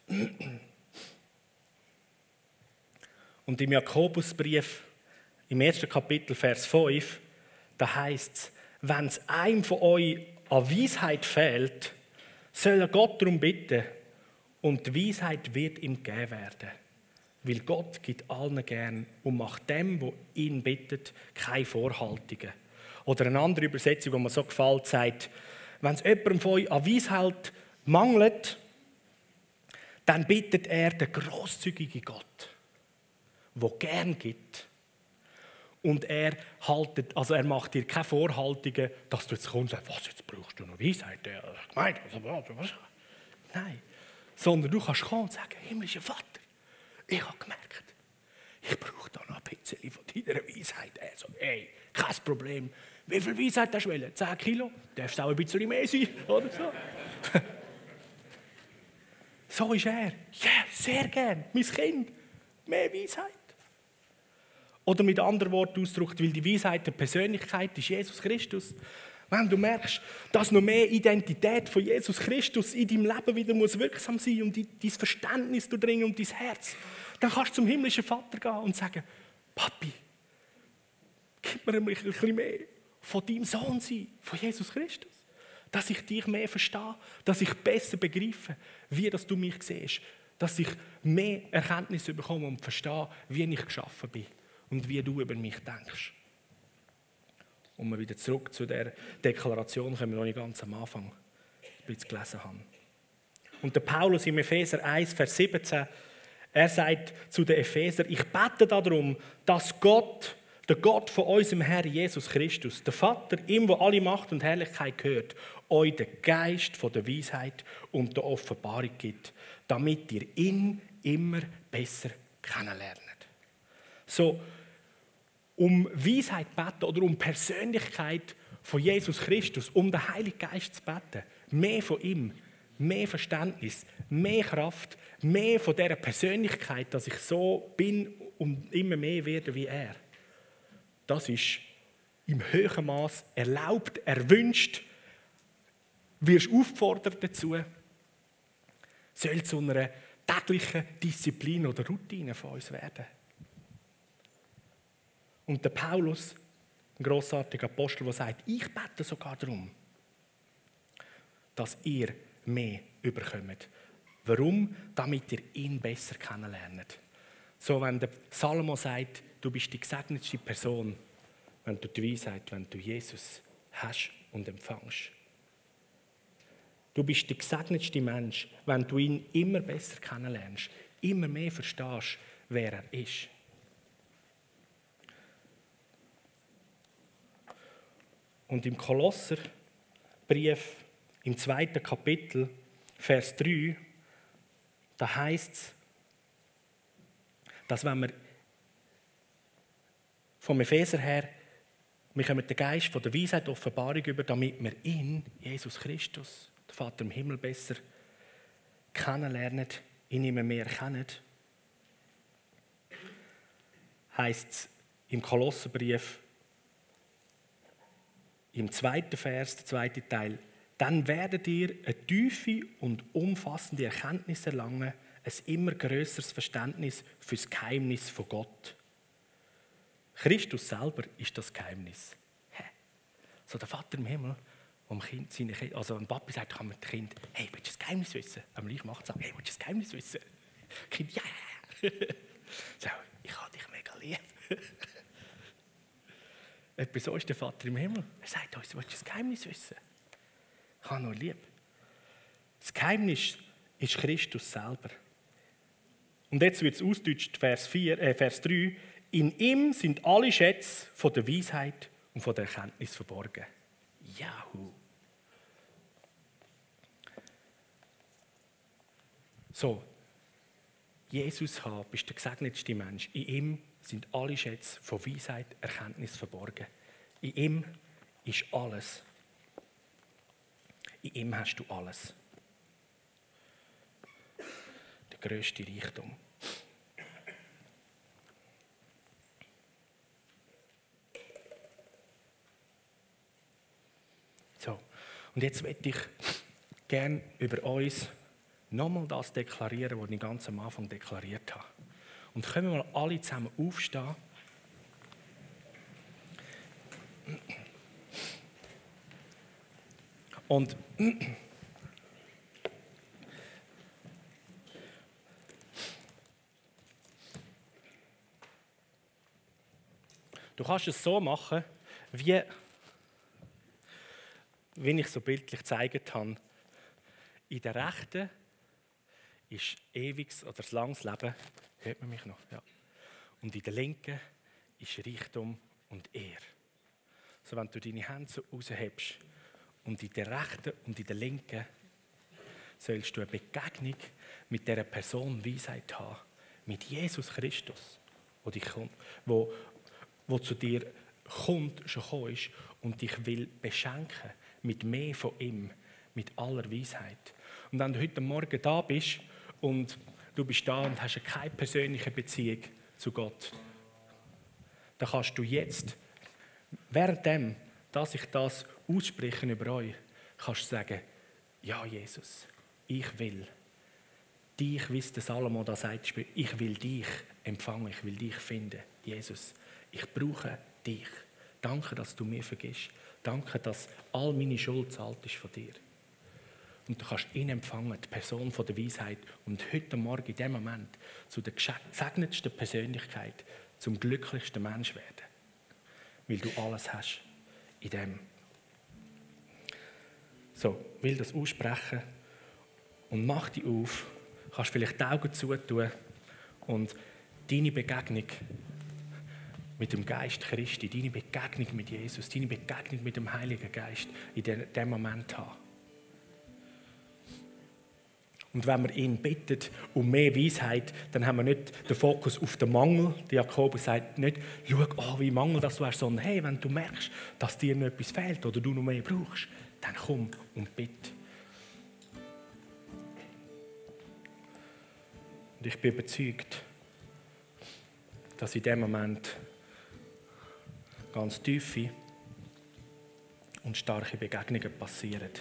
Und im Jakobusbrief, im 1. Kapitel, Vers 5, da heißt es, wenn es einem von euch an Weisheit fehlt, soll er Gott darum bitten und die Weisheit wird ihm gegeben werden. Weil Gott gibt allen gern und macht dem, der ihn bittet, keine Vorhaltungen. Oder eine andere Übersetzung, die mir so gefällt, sagt, wenn es jemandem von euch an Weisheit mangelt, dann bittet er den grosszügigen Gott, der gern gibt. Und er macht dir keine Vorhaltungen, dass du jetzt kommst und sagst, was, jetzt brauchst du noch Weisheit? Was? Nein, sondern du kannst kommen und sagen, himmlischer Vater, ich habe gemerkt, ich brauche da noch ein bisschen von deiner Weisheit. Also, hey, kein Problem. Wie viel Weisheit hast du? 10 Kilo? Darf es auch ein bisschen mehr sein? Oder so? So ist er. Ja, sehr gern. Mein Kind. Mehr Weisheit. Oder mit anderen Worten ausgedrückt, weil die Weisheit der Persönlichkeit ist Jesus Christus. Wenn du merkst, dass noch mehr Identität von Jesus Christus in deinem Leben wieder wirksam sein muss und dein Verständnis durchdringen und dein Herz, dann kannst du zum himmlischen Vater gehen und sagen, Papi, gib mir ein bisschen mehr von deinem Sohn sein, von Jesus Christus. Dass ich dich mehr verstehe, dass ich besser begreife, wie dass du mich siehst. Dass ich mehr Erkenntnis bekomme und verstehe, wie ich geschaffen bin und wie du über mich denkst. Und wir wieder zurück zu der Deklaration kommen, die ich ganz am Anfang ein bisschen gelesen habe. Und der Paulus im Epheser 1, Vers 17, er sagt zu den Epheser, ich bete darum, dass Gott, der Gott von unserem Herrn Jesus Christus, der Vater, ihm, wo alle Macht und Herrlichkeit gehört, euch den Geist von der Weisheit und der Offenbarung gibt, damit ihr ihn immer besser kennenlernt. So, um Weisheit beten oder um Persönlichkeit von Jesus Christus, um den Heiligen Geist zu beten. Mehr von ihm, mehr Verständnis, mehr Kraft, mehr von dieser Persönlichkeit, dass ich so bin und immer mehr werde wie er. Das ist im höheren Maß erlaubt, erwünscht, wirst aufgefordert dazu, soll zu einer täglichen Disziplin oder Routine von uns werden. Und der Paulus, ein grossartiger Apostel, der sagt, ich bete sogar darum, dass ihr mehr überkommt. Warum? Damit ihr ihn besser kennenlernt. So, wenn der Salomo sagt, du bist die gesegnetste Person, wenn du die Weisheit, wenn du Jesus hast und empfängst. Du bist der gesegnetste Mensch, wenn du ihn immer besser kennenlernst, immer mehr verstehst, wer er ist. Und im Kolosserbrief, im 2. Kapitel, Vers 3, da heißt es, dass wenn wir vom Epheser her, wir kommen den Geist von der Weisheit, der Offenbarung über, damit wir ihn, Jesus Christus, den Vater im Himmel, besser kennenlernen, ihn immer mehr erkennen. Heißt es im Kolosserbrief, im 2. Vers, der 2. Teil, dann werdet ihr eine tiefe und umfassende Erkenntnis erlangen, ein immer grösseres Verständnis für das Geheimnis von Gott. Christus selber ist das Geheimnis. So der Vater im Himmel, wo seine Kinder, also ein Papi sagt, kann man dem Kind, hey, willst du das Geheimnis wissen? Aber ich mache es auch, hey, willst du das Geheimnis wissen? Kind, ja. So, ich habe dich mega lieb. Etwa so ist der Vater im Himmel. Er sagt uns, willst du das Geheimnis wissen? Ich habe noch lieb. Das Geheimnis ist Christus selber. Und jetzt wird es ausgedeutscht, Vers 3. In ihm sind alle Schätze von der Weisheit und von der Erkenntnis verborgen. Jahu. So, Jesus haben, bist der gesegnetste Mensch. In ihm sind alle Schätze von Weisheit, Erkenntnis verborgen. In ihm ist alles. In ihm hast du alles. Der grösste Reichtum. So, und jetzt möchte ich gerne über uns nochmal das deklarieren, was ich ganz am Anfang deklariert habe. Und können wir mal alle zusammen aufstehen. Und du kannst es so machen, wie ich so bildlich gezeigt habe. In der Rechten ist ewiges oder das langes Leben. Hört man mich noch? Ja. Und in der Linken ist Reichtum und Ehre. So, wenn du deine Hände so raushebst und in der Rechten und in der Linken sollst du eine Begegnung mit dieser Person Weisheit haben, mit Jesus Christus, wo zu dir kommt, schon gekommen ist und dich will beschenken mit mehr von ihm, mit aller Weisheit. Und wenn du heute Morgen da bist und du bist da und hast keine persönliche Beziehung zu Gott, dann kannst du jetzt, währenddem, dass ich das ausspreche über euch, kannst du sagen, ja Jesus, ich will dich, wie es der Salomo da sagt, ich will dich empfangen, ich will dich finden. Jesus, ich brauche dich. Danke, dass du mir vergisst. Danke, dass all meine Schuld zahlt ist von dir. Und du kannst ihn empfangen, die Person von der Weisheit. Und heute Morgen, in dem Moment, zu der gesegnetsten Persönlichkeit, zum glücklichsten Mensch werden. Weil du alles hast in dem. So, will das aussprechen und mach dich auf. Du kannst vielleicht die Augen zutun und deine Begegnung mit dem Geist Christi, deine Begegnung mit Jesus, deine Begegnung mit dem Heiligen Geist in dem Moment haben. Und wenn wir ihn bitten um mehr Weisheit, dann haben wir nicht den Fokus auf den Mangel. Der Jakobus sagt nicht, schau, wie Mangel das du hast, sondern hey, wenn du merkst, dass dir noch etwas fehlt oder du noch mehr brauchst, dann komm und bitte. Und ich bin überzeugt, dass in dem Moment ganz tiefe und starke Begegnungen passieren.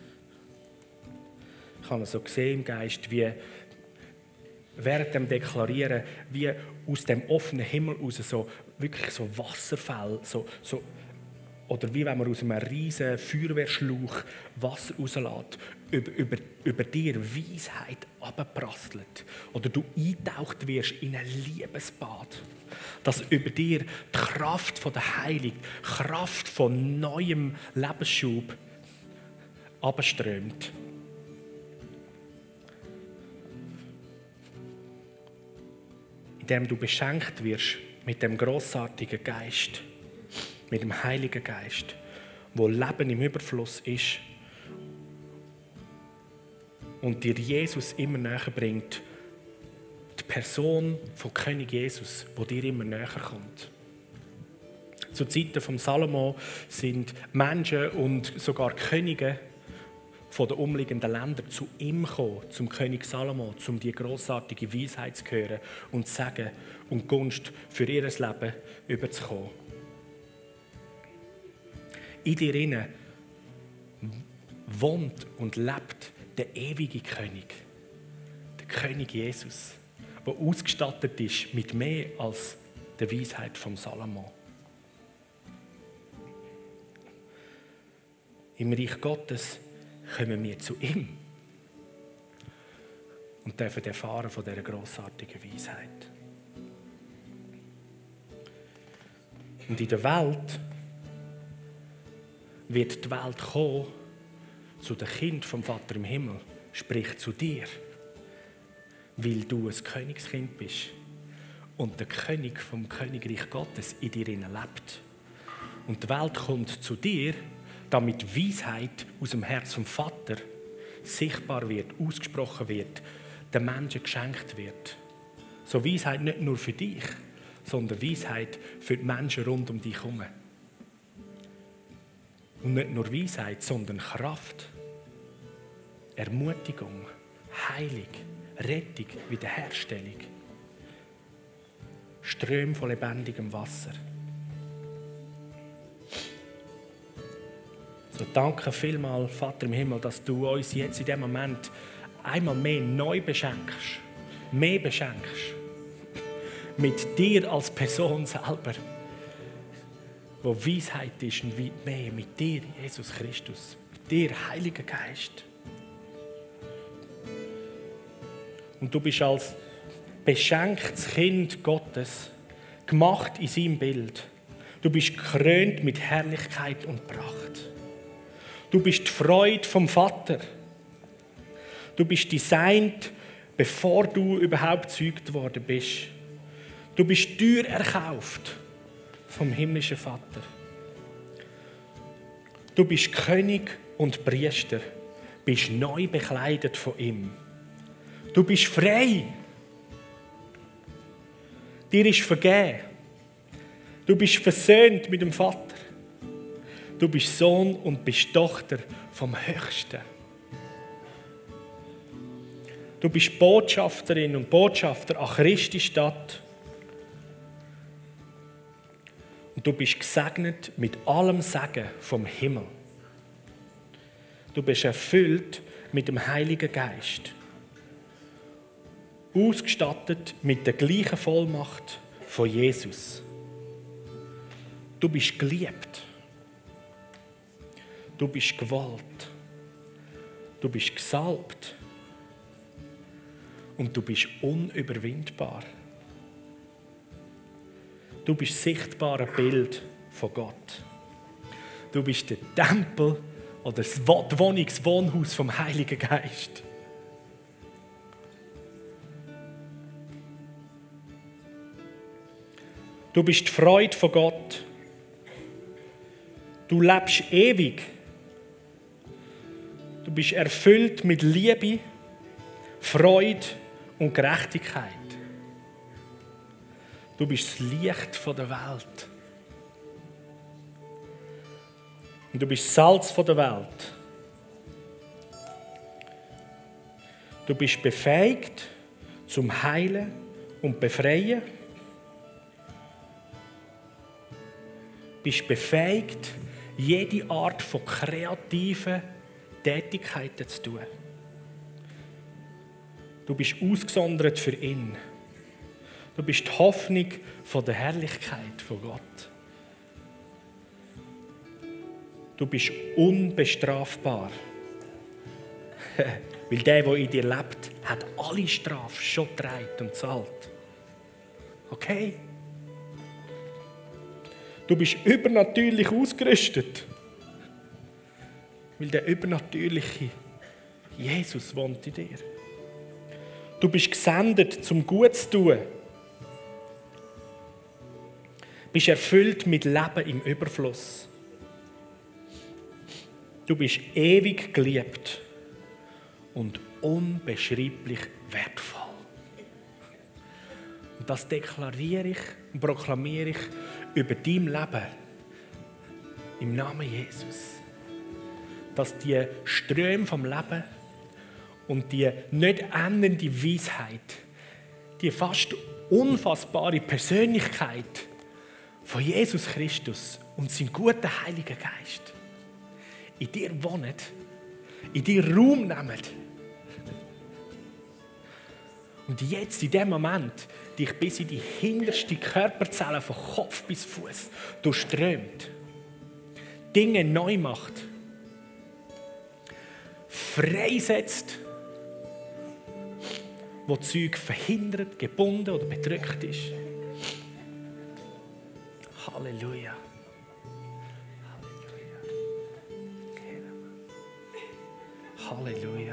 Ich habe es so gesehen im Geist, wie während dem Deklarieren, wie aus dem offenen Himmel raus so wirklich so Wasserfälle, oder wie wenn man aus einem riesen Feuerwehrschlauch Wasser rauslässt, über dir Weisheit abprasselt. Oder du eintaucht wirst in ein Liebesbad. Dass über dir die Kraft von der Heilung, die Kraft von neuem Lebensschub abströmt. Indem du beschenkt wirst mit dem grossartigen Geist, mit dem Heiligen Geist, wo Leben im Überfluss ist und dir Jesus immer näher bringt, die Person von König Jesus, wo dir immer näher kommt. Zu Zeiten von Salomo sind Menschen und sogar Könige von den umliegenden Ländern zu ihm gekommen, zum König Salomo, um die grossartige Weisheit zu hören und zu sagen und Gunst für ihr Leben überzukommen. In dir innen wohnt und lebt der ewige König, der König Jesus, der ausgestattet ist mit mehr als der Weisheit von Salomo. Im Reich Gottes kommen wir zu ihm und dürfen erfahren von dieser grossartigen Weisheit. Und in der Welt wird die Welt kommen zu dem Kind vom Vater im Himmel, sprich zu dir, weil du ein Königskind bist und der König vom Königreich Gottes in dir lebt. Und die Welt kommt zu dir, damit Weisheit aus dem Herz vom Vater sichtbar wird, ausgesprochen wird, den Menschen geschenkt wird. So Weisheit nicht nur für dich, sondern Weisheit für die Menschen rund um dich herum. Und nicht nur Weisheit, sondern Kraft, Ermutigung, Heilung, Rettung, Wiederherstellung. Ströme von lebendigem Wasser. So, danke vielmals, Vater im Himmel, dass du uns jetzt in diesem Moment einmal mehr neu beschenkst. Mehr beschenkst. Mit dir als Person selber. Wo Weisheit ist und weit mehr mit dir, Jesus Christus, mit dir, Heiliger Geist. Und du bist als beschenktes Kind Gottes, gemacht in seinem Bild. Du bist gekrönt mit Herrlichkeit und Pracht. Du bist die Freude vom Vater. Du bist designt, bevor du überhaupt gezeugt worden bist. Du bist teuer erkauft vom himmlischen Vater. Du bist König und Priester, bist neu bekleidet von ihm. Du bist frei. Dir ist vergeben. Du bist versöhnt mit dem Vater. Du bist Sohn und bist Tochter vom Höchsten. Du bist Botschafterin und Botschafter an Christi Stadt. Und du bist gesegnet mit allem Segen vom Himmel. Du bist erfüllt mit dem Heiligen Geist. Ausgestattet mit der gleichen Vollmacht von Jesus. Du bist geliebt. Du bist gewollt. Du bist gesalbt. Und du bist unüberwindbar. Du bist das sichtbare Bild von Gott. Du bist der Tempel oder das Wohnhaus vom Heiligen Geist. Du bist die Freude von Gott. Du lebst ewig. Du bist erfüllt mit Liebe, Freude und Gerechtigkeit. Du bist das Licht der Welt. Und du bist das Salz der Welt. Du bist befähigt zum Heilen und Befreien. Du bist befähigt, jede Art von kreativen Tätigkeiten zu tun. Du bist ausgesondert für ihn. Du bist die Hoffnung von der Herrlichkeit von Gott. Du bist unbestrafbar. Weil der in dir lebt, hat alle Strafe schon getragen und gezahlt. Okay? Du bist übernatürlich ausgerüstet. Weil der übernatürliche Jesus wohnt in dir. Du bist gesendet, zum Gut zu tun. Du bist erfüllt mit Leben im Überfluss. Du bist ewig geliebt und unbeschreiblich wertvoll. Und das deklariere ich und proklamiere ich über dein Leben im Namen Jesus. Dass die Ströme vom Leben und die nicht endende Weisheit, die fast unfassbare Persönlichkeit von Jesus Christus und seinem guten Heiligen Geist in dir wohnen, in dir Raum nehmen. Und jetzt, in dem Moment, dich bis in die hinterste Körperzelle von Kopf bis Fuß durchströmt, Dinge neu macht, freisetzt, wo Zeug verhindert, gebunden oder bedrückt ist. Halleluja. Halleluja.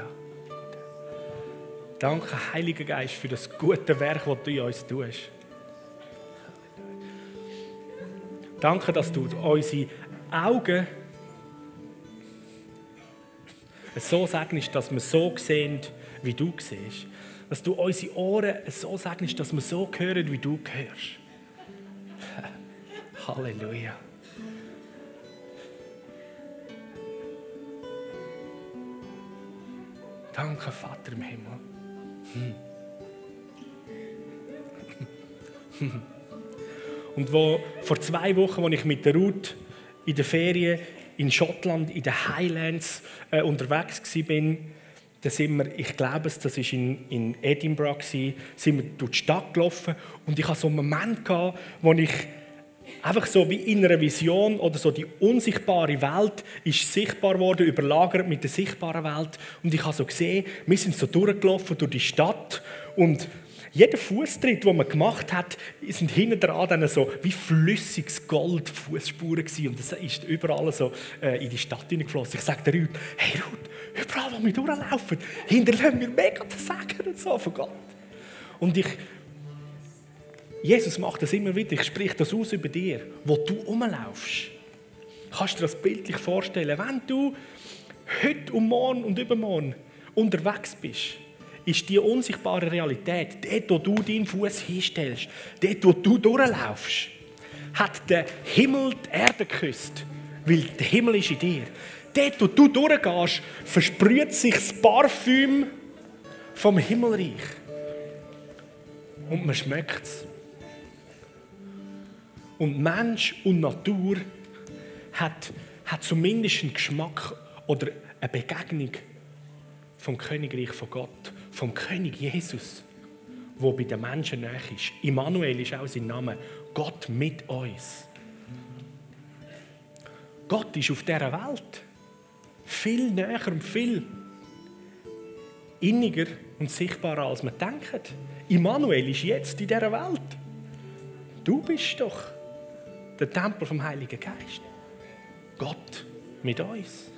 Danke, Heiliger Geist, für das gute Werk, das du in uns tust. Danke, dass du unsere Augen so segnest, dass wir so sehen, wie du siehst. Dass du unsere Ohren so segnest, dass wir so hören, wie du hörst. Halleluja. Danke, Vater im Himmel. Und vor 2 Wochen, als ich mit der Ruth in der Ferien in Schottland, in den Highlands unterwegs war, da sind wir, ich glaube, das war in Edinburgh, sind wir durch die Stadt gelaufen und ich hatte so einen Moment gehabt, wo ich einfach so wie in einer Vision oder so die unsichtbare Welt ist sichtbar worden, überlagert mit der sichtbaren Welt. Und ich habe so gesehen, wir sind so durchgelaufen durch die Stadt und jeder Fußtritt, den man gemacht hat, sind hinten dran dann so wie flüssiges Gold Fußspuren gewesen. Und das ist überall so in die Stadt hineingeflossen. Ich sage der Ruth, hey Ruth, überall, wo wir durchlaufen, hinterlassen wir mega den Segen und so von Gott. Und Jesus macht das immer wieder. Ich spreche das aus über dir, wo du rumlaufst. Kannst du dir das bildlich vorstellen? Wenn du heute und morgen und übermorgen unterwegs bist, ist die unsichtbare Realität, dort, wo du deinen Fuß hinstellst, dort, wo du durchlaufst, hat der Himmel die Erde geküsst, weil der Himmel ist in dir. Dort, wo du durchgehst, versprüht sich das Parfüm vom Himmelreich. Und man schmeckt es. Und Mensch und Natur hat zumindest einen Geschmack oder eine Begegnung vom Königreich von Gott, vom König Jesus, der bei den Menschen nahe ist. Immanuel ist auch sein Name. Gott mit uns. Gott ist auf dieser Welt viel näher und viel inniger und sichtbarer, als wir denken. Immanuel ist jetzt in dieser Welt. Du bist doch der Tempel vom Heiligen Geist. Gott mit uns.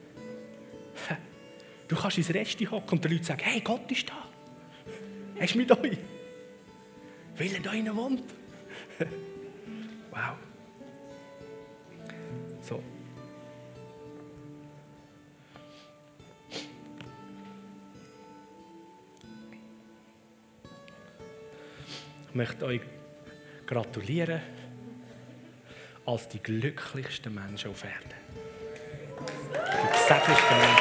Du kannst ins Resti hocken und den Leuten sagen, hey, Gott ist da. Er ist mit euch. Weil er da drinnen wohnt. Wow. So. möchte euch gratulieren als die glücklichsten Menschen auf Erden. Die gesegnetsten Menschen.